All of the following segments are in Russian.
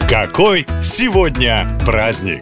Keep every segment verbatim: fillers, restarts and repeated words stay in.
Какой сегодня праздник?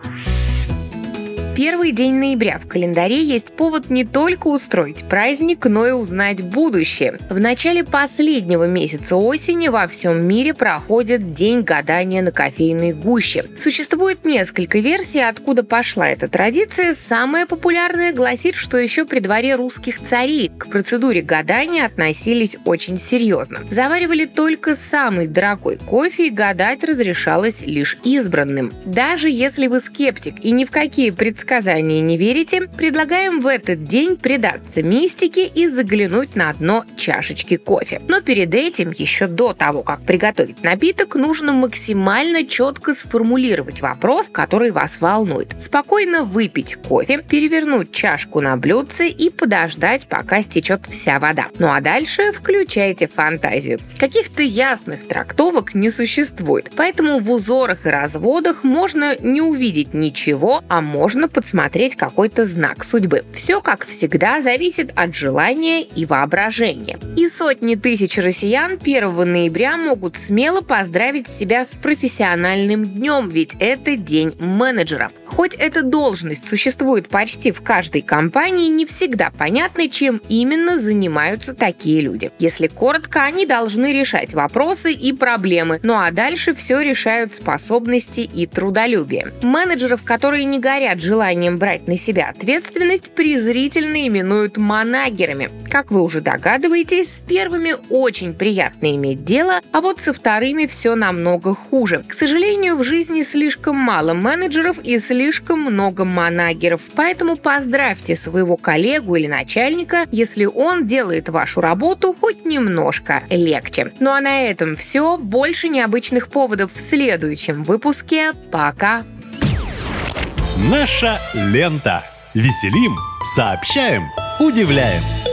Первый день ноября в календаре есть повод не только устроить праздник, но и узнать будущее. В начале последнего месяца осени во всем мире проходит День гадания на кофейной гуще. Существует несколько версий, откуда пошла эта традиция. Самая популярная гласит, что еще при дворе русских царей к процедуре гадания относились очень серьезно. Заваривали только самый дорогой кофе, и гадать разрешалось лишь избранным. Даже если вы скептик и ни в какие предсказания не верите, предлагаем в этот день предаться мистике и заглянуть на дно чашечки кофе. Но перед этим, еще до того, как приготовить напиток, нужно максимально четко сформулировать вопрос, который вас волнует. Спокойно выпить кофе, перевернуть чашку на блюдце и подождать, пока стечет вся вода. Ну а дальше включайте фантазию. Каких-то ясных трактовок не существует, поэтому в узорах и разводах можно не увидеть ничего, а можно подсмотреть какой-то знак судьбы. Все, как всегда, зависит от желания и воображения. И сотни тысяч россиян первого ноября могут смело поздравить себя с профессиональным днем, ведь это день менеджера. Хоть эта должность существует почти в каждой компании, не всегда понятно, чем именно занимаются такие люди. Если коротко, они должны решать вопросы и проблемы, ну а дальше все решают способности и трудолюбие. Менеджеров, которые не горят желанием брать на себя ответственность, презрительно именуют манагерами. Как вы уже догадываетесь, с первыми очень приятно иметь дело, а вот со вторыми все намного хуже. К сожалению, в жизни слишком мало менеджеров и слишком много манагеров, поэтому поздравьте своего коллегу или начальника, если он делает вашу работу хоть немножко легче. Ну а на этом все. Больше необычных поводов в следующем выпуске. Пока! Наша лента. Веселим, сообщаем, удивляем.